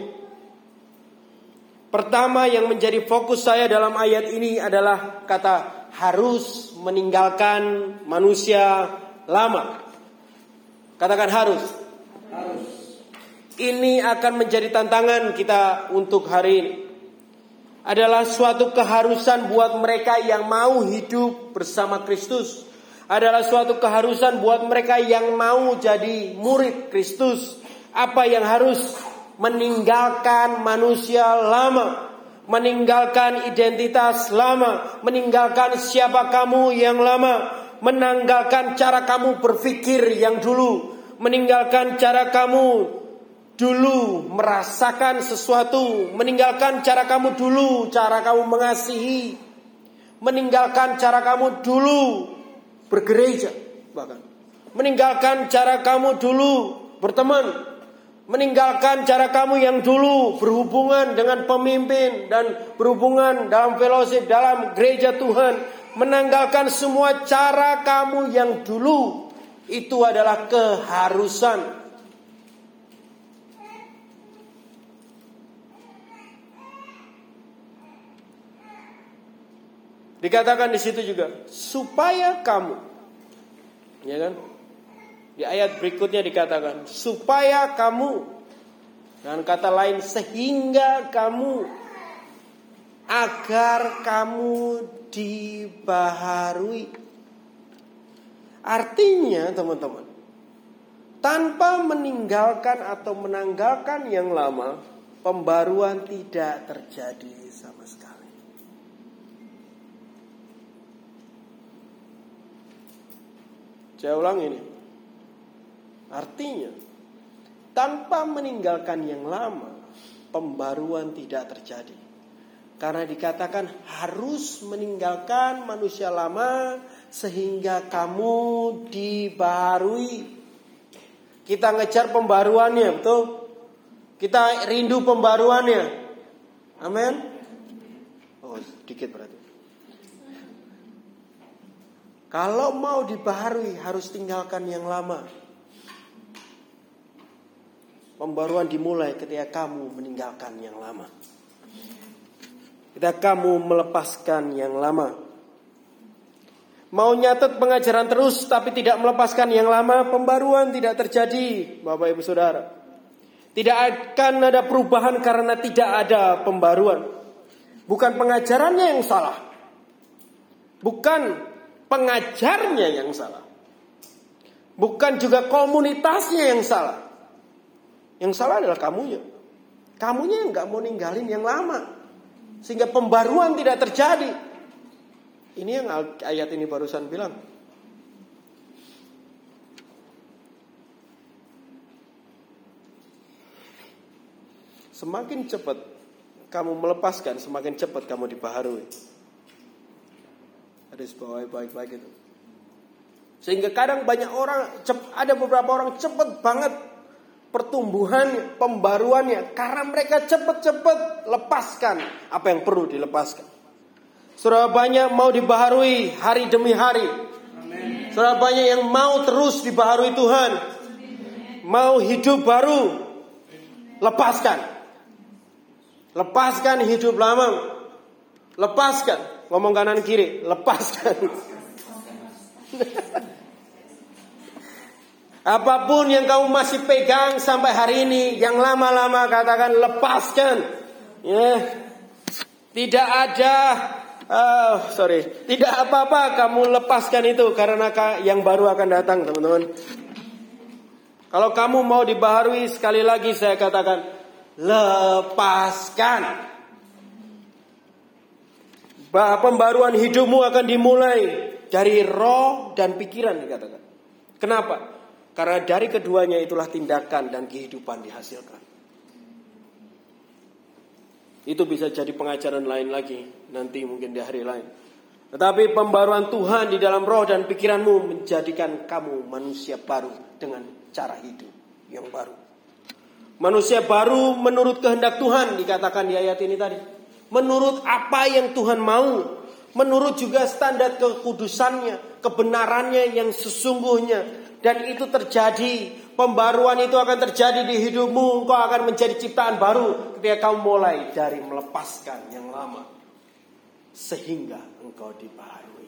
Pertama yang menjadi fokus saya dalam ayat ini adalah kata harus meninggalkan manusia lama. Katakan harus. Harus. Ini akan menjadi tantangan kita untuk hari ini. Adalah suatu keharusan buat mereka yang mau hidup bersama Kristus. Adalah suatu keharusan buat mereka yang mau jadi murid Kristus. Apa yang harus? Meninggalkan manusia lama, meninggalkan identitas lama, meninggalkan siapa kamu yang lama, meninggalkan cara kamu berpikir yang dulu, meninggalkan cara kamu dulu merasakan sesuatu, meninggalkan cara kamu dulu, cara kamu mengasihi, meninggalkan cara kamu dulu bergereja, bahkan meninggalkan cara kamu dulu berteman, meninggalkan cara kamu yang dulu berhubungan dengan pemimpin dan berhubungan dalam fellowship dalam gereja Tuhan, menanggalkan semua cara kamu yang dulu. Itu adalah keharusan. Dikatakan di situ juga supaya kamu, ya kan? Di ayat berikutnya dikatakan supaya kamu, dengan kata lain sehingga kamu, agar kamu dibaharui. Artinya teman-teman, tanpa meninggalkan atau menanggalkan yang lama, pembaruan tidak terjadi sama sekali. Saya ulang ini. Artinya, tanpa meninggalkan yang lama, pembaruan tidak terjadi. Karena dikatakan harus meninggalkan manusia lama sehingga kamu dibaharui. Kita ngejar pembaruannya, betul? Kita rindu pembaruannya. Amin. Oh, sedikit berarti. Kalau mau dibaharui harus tinggalkan yang lama. Pembaruan dimulai ketika kamu meninggalkan yang lama. Ketika kamu melepaskan yang lama. Mau nyatet pengajaran terus tapi tidak melepaskan yang lama, pembaruan tidak terjadi, Bapak Ibu Saudara. Tidak akan ada perubahan karena tidak ada pembaruan. Bukan pengajarannya yang salah. Bukan pengajarnya yang salah. Bukan juga komunitasnya yang salah. Yang salah adalah kamunya. Kamunya yang gak mau ninggalin yang lama. Sehingga pembaruan tidak terjadi. Ini yang ayat ini barusan bilang. Semakin cepat kamu melepaskan, semakin cepat kamu dibaharui. Hadis bawah baik-baik itu. Sehingga kadang banyak orang, ada beberapa orang cepat banget pertumbuhannya, pembaruannya. Karena mereka cepat-cepat lepaskan apa yang perlu dilepaskan. Saudara banyak mau dibaharui hari demi hari. Amen. Saudara banyak yang mau terus dibaharui Tuhan. Mau hidup baru. Lepaskan. Lepaskan hidup lama. Lepaskan. Ngomong kanan kiri. Lepaskan. Apapun yang kamu masih pegang sampai hari ini, yang lama-lama katakan lepaskan. Tidak ada tidak apa-apa kamu lepaskan itu karena yang baru akan datang, teman-teman. Kalau kamu mau dibaharui, sekali lagi saya katakan lepaskan. Pembaruan hidupmu akan dimulai dari roh dan pikiran, dikatakan. Kenapa? Karena dari keduanya itulah tindakan dan kehidupan dihasilkan. Itu bisa jadi pengajaran lain lagi nanti mungkin di hari lain. Tetapi pembaruan Tuhan di dalam roh dan pikiranmu menjadikan kamu manusia baru dengan cara hidup yang baru. Manusia baru menurut kehendak Tuhan dikatakan di ayat ini tadi. Menurut apa yang Tuhan mau. Menurut juga standar kekudusannya, kebenarannya yang sesungguhnya. Dan itu terjadi. Pembaruan itu akan terjadi di hidupmu. Engkau akan menjadi ciptaan baru ketika kamu mulai dari melepaskan yang lama. Sehingga engkau dibaharui.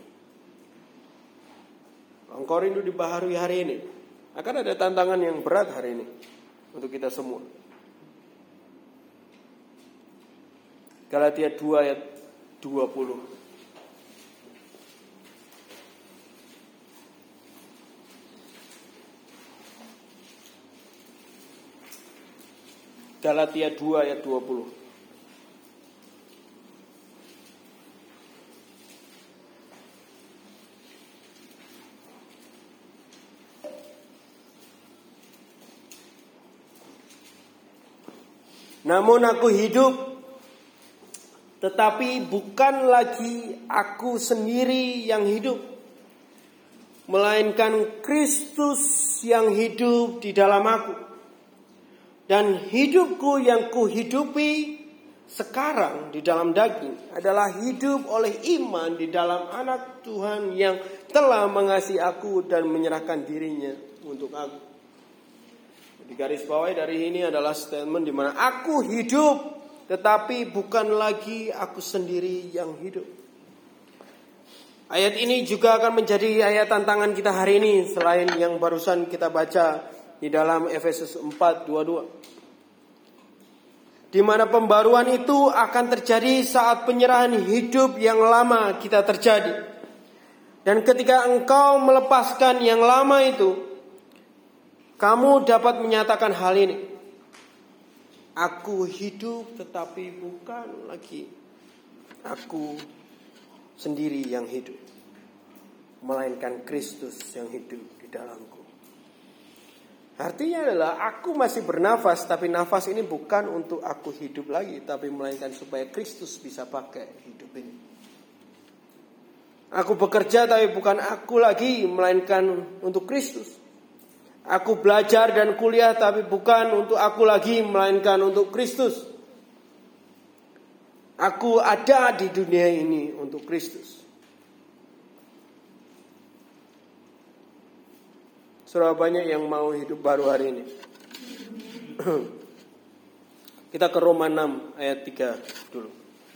Engkau rindu dibaharui hari ini. Akan ada tantangan yang berat hari ini. Untuk kita semua. Galatia 2 ayat 20. Galatia 2 ayat 20. Namun aku hidup, tetapi bukan lagi aku sendiri yang hidup, melainkan Kristus yang hidup di dalam aku. Dan hidupku yang kuhidupi sekarang di dalam daging adalah hidup oleh iman di dalam anak Tuhan yang telah mengasihi aku dan menyerahkan dirinya untuk aku. Di garis bawah dari ini adalah statement di mana aku hidup, tetapi bukan lagi aku sendiri yang hidup. Ayat ini juga akan menjadi ayat tantangan kita hari ini selain yang barusan kita baca di dalam Efesus 4:22. Di mana pembaruan itu akan terjadi saat penyerahan hidup yang lama kita terjadi. Dan ketika engkau melepaskan yang lama itu, kamu dapat menyatakan hal ini. Aku hidup tetapi bukan lagi aku sendiri yang hidup, melainkan Kristus yang hidup di dalamku. Artinya adalah aku masih bernafas, tapi nafas ini bukan untuk aku hidup lagi, tapi melainkan supaya Kristus bisa pakai hidup ini. Aku bekerja tapi bukan aku lagi, melainkan untuk Kristus. Aku belajar dan kuliah tapi bukan untuk aku lagi, melainkan untuk Kristus. Aku ada di dunia ini untuk Kristus. Saudara banyak yang mau hidup baru hari ini. Kita ke Roma 6 ayat 3 dulu.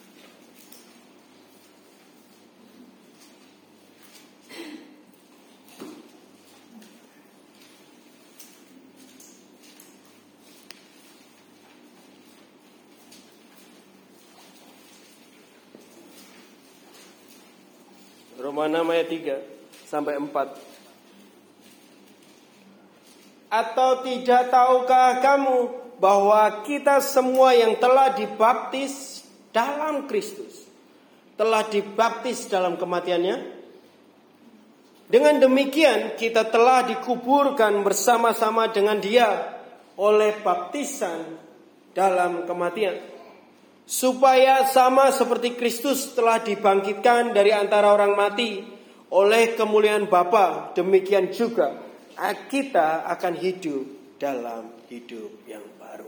Roma 6 ayat 3 sampai 4. Atau tidak tahukah kamu bahwa kita semua yang telah dibaptis dalam Kristus telah dibaptis dalam kematiannya? Dengan demikian kita telah dikuburkan bersama-sama dengan Dia oleh baptisan dalam kematian, supaya sama seperti Kristus telah dibangkitkan dari antara orang mati oleh kemuliaan Bapa, demikian juga kita akan hidup dalam hidup yang baru.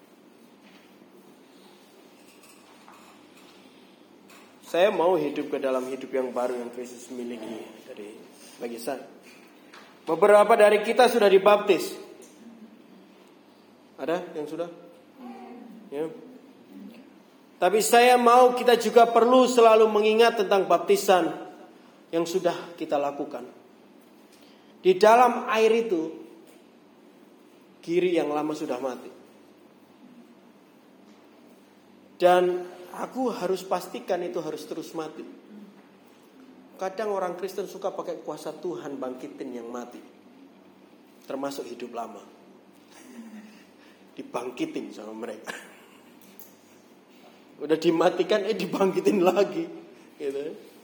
Saya mau hidup ke dalam hidup yang baru yang Kristus miliki bagi saya. Beberapa dari kita sudah dibaptis. Ada yang sudah? Ya. Tapi saya mau kita juga perlu selalu mengingat tentang baptisan yang sudah kita lakukan. Di dalam air itu, kiri yang lama sudah mati. Dan aku harus pastikan itu harus terus mati. Kadang orang Kristen suka pakai kuasa Tuhan bangkitin yang mati. Termasuk hidup lama. Dibangkitin sama mereka. Udah dimatikan, dibangkitin lagi. Gitu.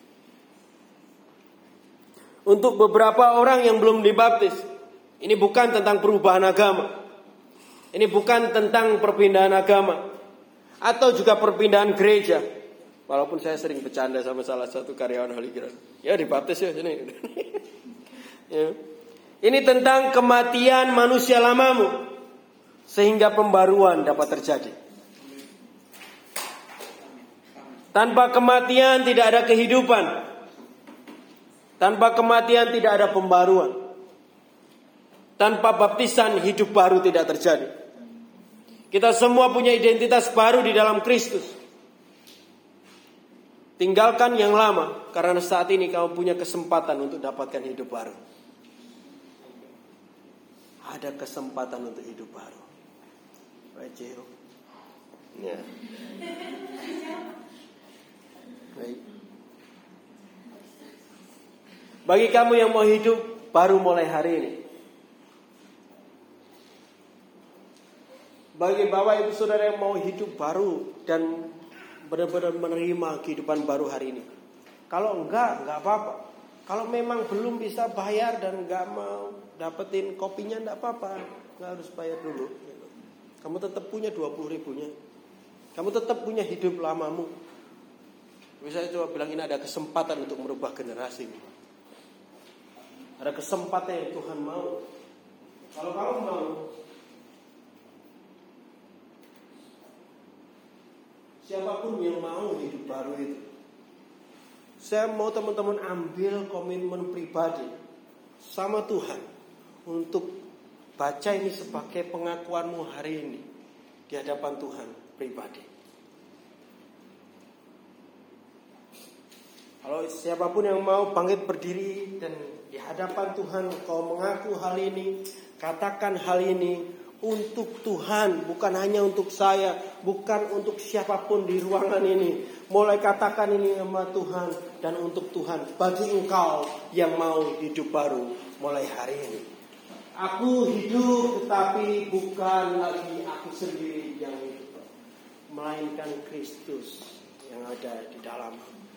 Untuk beberapa orang yang belum dibaptis, ini bukan tentang perubahan agama. Ini bukan tentang perpindahan agama. Atau juga perpindahan gereja. Walaupun saya sering bercanda sama salah satu karyawan Holy Ground. Ya dibaptis ya sini. Ya. Ini tentang kematian manusia lamamu, sehingga pembaruan dapat terjadi. Tanpa kematian tidak ada kehidupan. Tanpa kematian tidak ada pembaruan. Tanpa baptisan hidup baru tidak terjadi. Kita semua punya identitas baru di dalam Kristus. Tinggalkan yang lama, karena saat ini kamu punya kesempatan untuk dapatkan hidup baru. Ada kesempatan untuk hidup baru. Baik. Ya. Baik. Bagi kamu yang mau hidup baru mulai hari ini. Bagi Bapak Ibu Saudara yang mau hidup baru dan benar-benar menerima kehidupan baru hari ini. Kalau enggak apa-apa. Kalau memang belum bisa bayar dan enggak mau dapetin kopinya, enggak apa-apa. Enggak harus bayar dulu. Kamu tetap punya 20 ribunya. Kamu tetap punya hidup lamamu. Saya coba bilang ini ada kesempatan untuk merubah generasi ini. Ada kesempatan yang Tuhan mau. Kalau kamu mau, siapapun yang mau hidup baru itu, saya mau teman-teman ambil komitmen pribadi sama Tuhan untuk baca ini sebagai pengakuanmu hari ini di hadapan Tuhan pribadi. Kalau siapapun yang mau bangkit berdiri dan di hadapan Tuhan kau mengaku hal ini, katakan hal ini untuk Tuhan, bukan hanya untuk saya, bukan untuk siapapun di ruangan ini. Mulai katakan ini sama Tuhan dan untuk Tuhan. Bagi engkau yang mau hidup baru mulai hari ini. Aku hidup tetapi bukan lagi aku sendiri yang hidup, melainkan Kristus yang ada di dalam.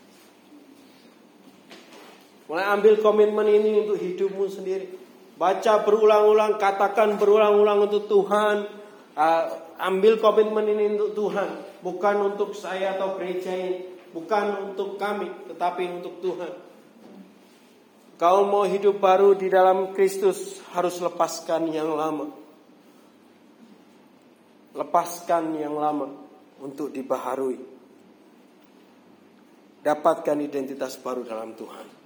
Mulai ambil komitmen ini untuk hidupmu sendiri. Baca berulang-ulang, katakan berulang-ulang untuk Tuhan. Ambil komitmen ini untuk Tuhan. Bukan untuk saya atau gereja ini. Bukan untuk kami, tetapi untuk Tuhan. Kau mau hidup baru di dalam Kristus, harus lepaskan yang lama. Lepaskan yang lama untuk dibaharui. Dapatkan identitas baru dalam Tuhan.